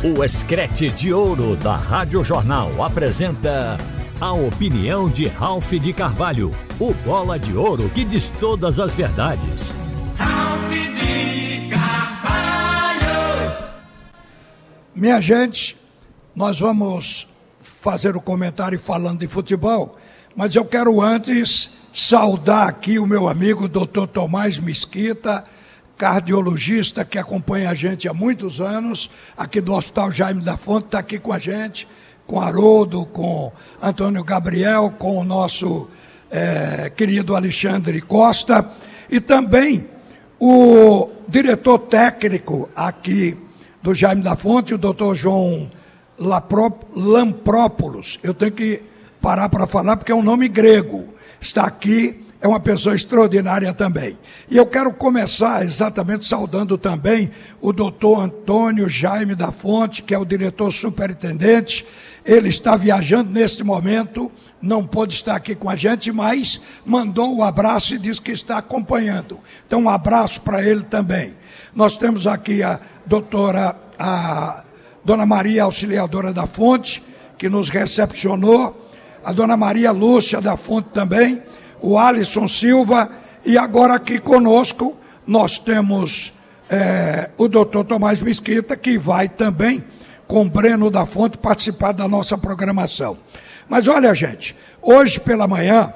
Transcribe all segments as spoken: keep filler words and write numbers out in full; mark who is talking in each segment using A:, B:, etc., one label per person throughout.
A: O Escrete de Ouro da Rádio Jornal apresenta a opinião de Ralph de Carvalho, o bola de ouro que diz todas as verdades.
B: Ralph de Carvalho.
C: Minha gente, nós vamos fazer o comentário falando de futebol, mas eu quero antes saudar aqui o meu amigo doutor Tomás Mesquita, cardiologista que acompanha a gente há muitos anos, aqui do Hospital Jaime da Fonte, está aqui com a gente, com Haroldo, com Antônio Gabriel, com o nosso é, querido Alexandre Costa, e também o diretor técnico aqui do Jaime da Fonte, o doutor João Lamprópolos. Eu tenho que parar para falar porque é um nome grego, está aqui. É uma pessoa extraordinária também. E eu quero começar exatamente saudando também o doutor Antônio Jaime da Fonte, que é o diretor superintendente. Ele está viajando neste momento, não pôde estar aqui com a gente, mas mandou um abraço e disse que está acompanhando. Então, um abraço para ele também. Nós temos aqui a doutora, a dona Maria Auxiliadora da Fonte, que nos recepcionou, a dona Maria Lúcia da Fonte também, o Alisson Silva, e agora aqui conosco nós temos é, o doutor Tomás Mesquita, que vai também, com Breno da Fonte, participar da nossa programação. Mas olha, gente, hoje pela manhã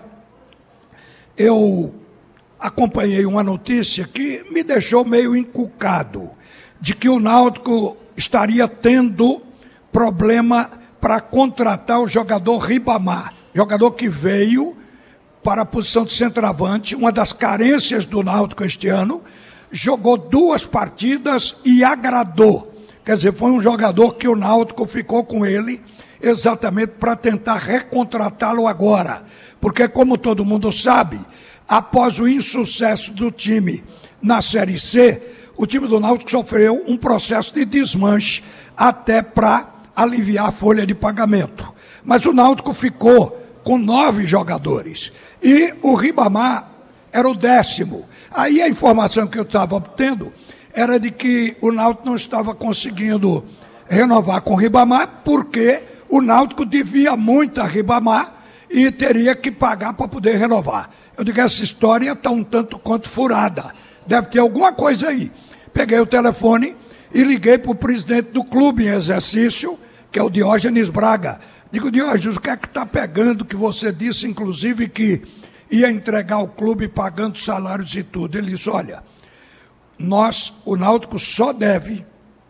C: eu acompanhei uma notícia que me deixou meio encucado, de que o Náutico estaria tendo problema para contratar o jogador Ribamar, jogador que veio para a posição de centroavante, uma das carências do Náutico este ano, jogou duas partidas e agradou. Quer dizer, foi um jogador que o Náutico ficou com ele exatamente para tentar recontratá-lo agora. Porque, como todo mundo sabe, após o insucesso do time na Série C, o time do Náutico sofreu um processo de desmanche até para aliviar a folha de pagamento. Mas o Náutico ficou com nove jogadores, e o Ribamar era o décimo. Aí a informação que eu estava obtendo era de que o Náutico não estava conseguindo renovar com o Ribamar, porque o Náutico devia muito a Ribamar e teria que pagar para poder renovar. Eu digo, essa história está um tanto quanto furada, deve ter alguma coisa aí. Peguei o telefone e liguei para o presidente do clube em exercício, que é o Diógenes Braga. Digo, Diógenes, o que é que está pegando, que você disse, inclusive, que ia entregar o clube pagando salários e tudo? Ele disse, olha, nós, o Náutico só deve,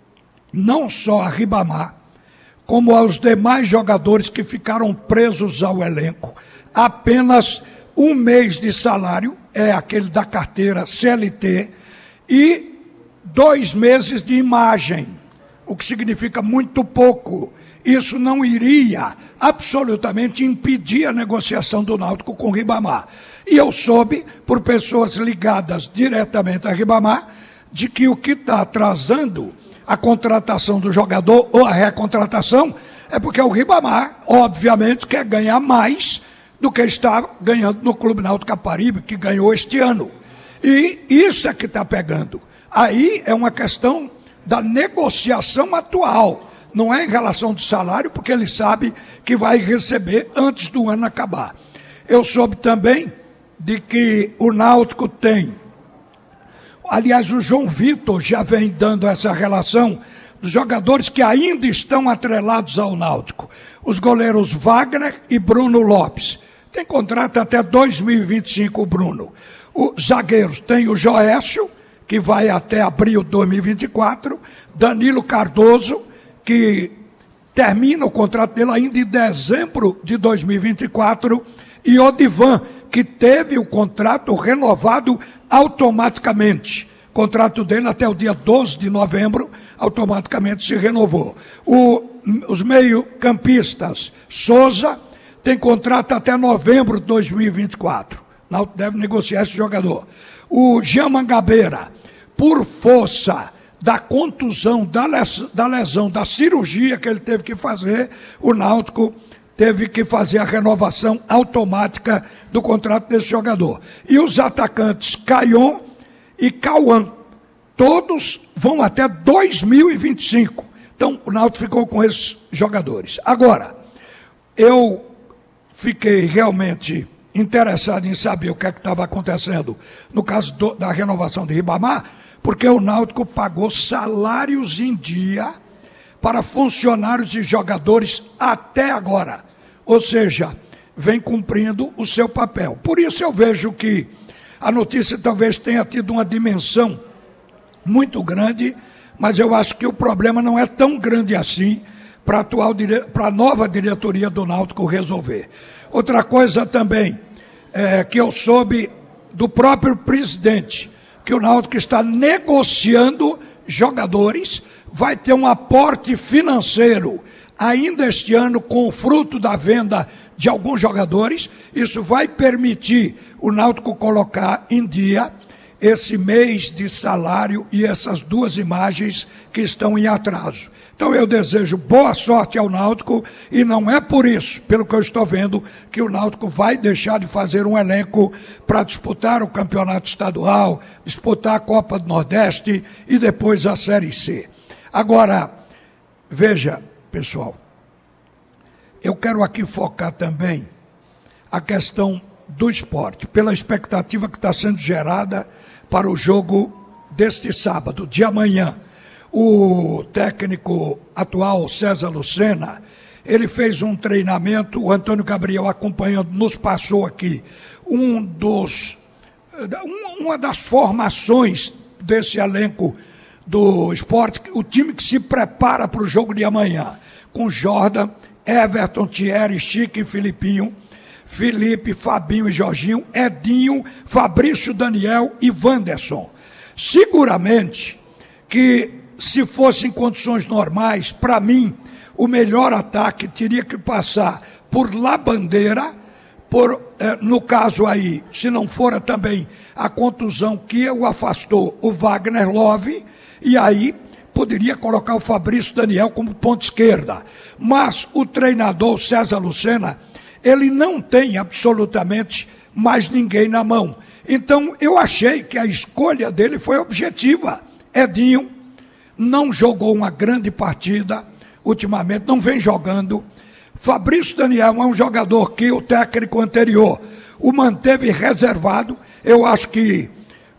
C: não só a Ribamar, como aos demais jogadores que ficaram presos ao elenco, apenas um mês de salário, é aquele da carteira C L T, e dois meses de imagem, o que significa muito pouco. Isso não iria absolutamente impedir a negociação do Náutico com o Ribamar. E eu soube, por pessoas ligadas diretamente a Ribamar, de que o que está atrasando a contratação do jogador ou a recontratação é porque o Ribamar, obviamente, quer ganhar mais do que está ganhando no Clube Náutico Caparibe, que ganhou este ano. E isso é que está pegando. Aí é uma questão da negociação atual. Não é em relação de salário, porque ele sabe que vai receber antes do ano acabar. Eu soube também de que o Náutico tem, aliás, o João Vitor já vem dando essa relação dos jogadores que ainda estão atrelados ao Náutico. Os goleiros Wagner e Bruno Lopes. Tem contrato até dois mil e vinte e cinco o Bruno. Os zagueiros tem o Joécio, que vai até abril de dois mil e vinte e quatro, Danilo Cardoso, que termina o contrato dele ainda em dezembro de dois mil e vinte e quatro, e Odivan, que teve o contrato renovado automaticamente. O contrato dele até o dia doze de novembro, automaticamente se renovou. O, os meio-campistas, Souza, tem contrato até novembro de dois mil e vinte e quatro. Não deve negociar esse jogador. O Jean Mangabeira, por força da contusão, da lesão, da lesão, da cirurgia que ele teve que fazer, o Náutico teve que fazer a renovação automática do contrato desse jogador. E os atacantes Caion e Cauã, todos vão até dois mil e vinte e cinco. Então, o Náutico ficou com esses jogadores. Agora, eu fiquei realmente interessado em saber o que é que estava acontecendo no caso do, da renovação de Ribamar, porque o Náutico pagou salários em dia para funcionários e jogadores até agora. Ou seja, vem cumprindo o seu papel. Por isso eu vejo que a notícia talvez tenha tido uma dimensão muito grande, mas eu acho que o problema não é tão grande assim para a atual para a nova diretoria do Náutico resolver. Outra coisa também é que eu soube do próprio presidente, que o Náutico está negociando jogadores, vai ter um aporte financeiro ainda este ano com o fruto da venda de alguns jogadores. Isso vai permitir o Náutico colocar em dia esse mês de salário e essas duas imagens que estão em atraso. Então eu desejo boa sorte ao Náutico e não é por isso, pelo que eu estou vendo, que o Náutico vai deixar de fazer um elenco para disputar o campeonato estadual, disputar a Copa do Nordeste e depois a Série C. Agora, veja, pessoal, eu quero aqui focar também a questão do esporte, pela expectativa que está sendo gerada para o jogo deste sábado, de amanhã. O técnico atual, César Lucena, ele fez um treinamento, o Antônio Gabriel acompanhando, nos passou aqui um dos, uma das formações desse elenco do esporte, o time que se prepara para o jogo de amanhã, com Jordan, Everton, Thierry, Chico e Filipinho, Felipe, Fabinho e Jorginho, Edinho, Fabrício, Daniel e Wanderson. Seguramente que, se fossem condições normais, para mim, o melhor ataque teria que passar por Labandeira, por, eh, no caso aí, se não fora também a contusão que o afastou, o Wagner Love, e aí poderia colocar o Fabrício Daniel como ponta esquerda. Mas o treinador César Lucena, ele não tem absolutamente mais ninguém na mão. Então, eu achei que a escolha dele foi objetiva. Edinho não jogou uma grande partida ultimamente, não vem jogando. Fabrício Daniel é um jogador que o técnico anterior o manteve reservado. Eu acho que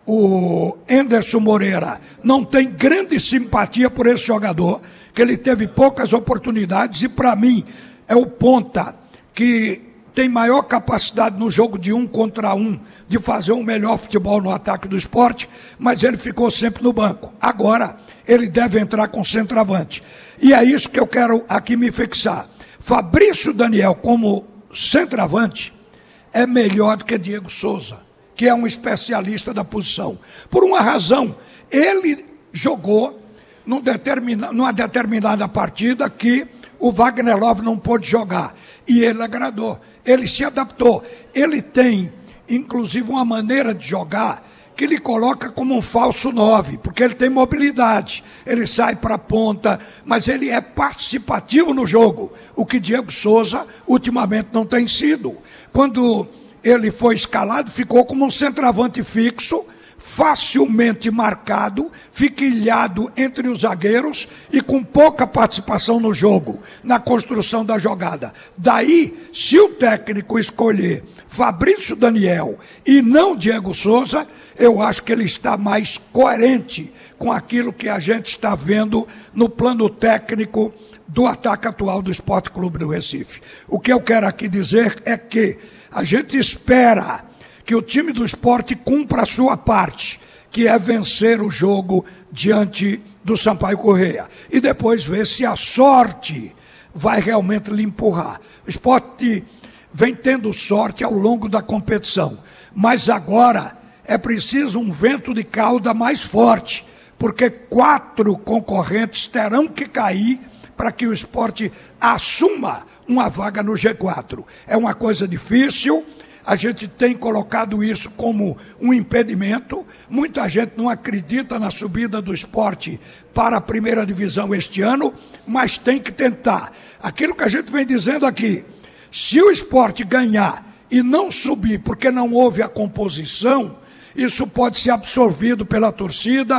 C: o Anderson Moreira não tem grande simpatia por esse jogador, que ele teve poucas oportunidades e, para mim, é o ponta que tem maior capacidade no jogo de um contra um, de fazer um melhor futebol no ataque do esporte, mas ele ficou sempre no banco. Agora, ele deve entrar com centroavante. E é isso que eu quero aqui me fixar. Fabrício Daniel, como centroavante, é melhor do que Diego Souza, que é um especialista da posição. Por uma razão, ele jogou num determina, numa determinada partida que o Wagner Love não pôde jogar. E ele agradou, ele se adaptou. Ele tem, inclusive, uma maneira de jogar que lhe coloca como um falso nove, porque ele tem mobilidade, ele sai para a ponta, mas ele é participativo no jogo, o que Diego Souza ultimamente não tem sido. Quando ele foi escalado, ficou como um centroavante fixo, facilmente marcado, fica ilhado entre os zagueiros e com pouca participação no jogo, na construção da jogada. Daí, se o técnico escolher Fabrício Daniel e não Diego Souza, eu acho que ele está mais coerente com aquilo que a gente está vendo no plano técnico do ataque atual do Sport Clube do Recife. O que eu quero aqui dizer é que a gente espera que o time do esporte cumpra a sua parte, que é vencer o jogo diante do Sampaio Corrêa. E depois ver se a sorte vai realmente lhe empurrar. O esporte vem tendo sorte ao longo da competição, mas agora é preciso um vento de cauda mais forte, porque quatro concorrentes terão que cair para que o esporte assuma uma vaga no G quatro. É uma coisa difícil. A gente tem colocado isso como um impedimento. Muita gente não acredita na subida do esporte para a primeira divisão este ano, mas tem que tentar. Aquilo que a gente vem dizendo aqui, se o esporte ganhar e não subir porque não houve a composição, isso pode ser absorvido pela torcida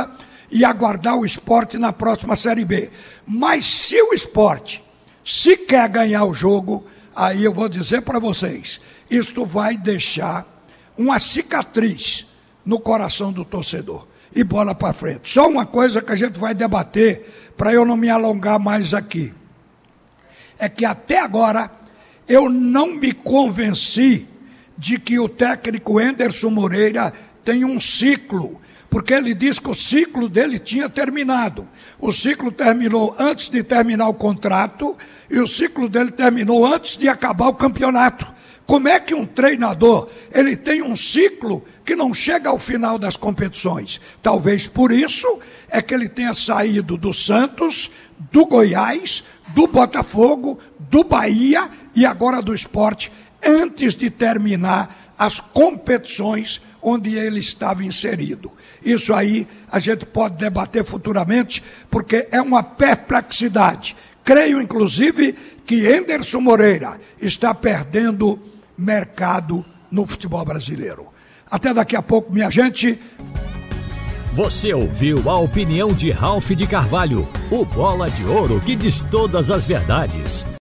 C: e aguardar o Sport na próxima Série B. Mas se o Sport se quer ganhar o jogo, aí eu vou dizer para vocês, isto vai deixar uma cicatriz no coração do torcedor. E bola para frente. Só uma coisa que a gente vai debater, para eu não me alongar mais aqui, é que até agora eu não me convenci de que o técnico Enderson Moreira tem um ciclo, porque ele diz que o ciclo dele tinha terminado. O ciclo terminou antes de terminar o contrato e o ciclo dele terminou antes de acabar o campeonato. Como é que um treinador, ele tem um ciclo que não chega ao final das competições? Talvez por isso é que ele tenha saído do Santos, do Goiás, do Botafogo, do Bahia e agora do Sport, antes de terminar as competições onde ele estava inserido. Isso aí a gente pode debater futuramente, porque é uma perplexidade. Creio, inclusive, que Enderson Moreira está perdendo mercado no futebol brasileiro. Até daqui a pouco, minha gente.
A: Você ouviu a opinião de Ralph de Carvalho, o bola de ouro que diz todas as verdades.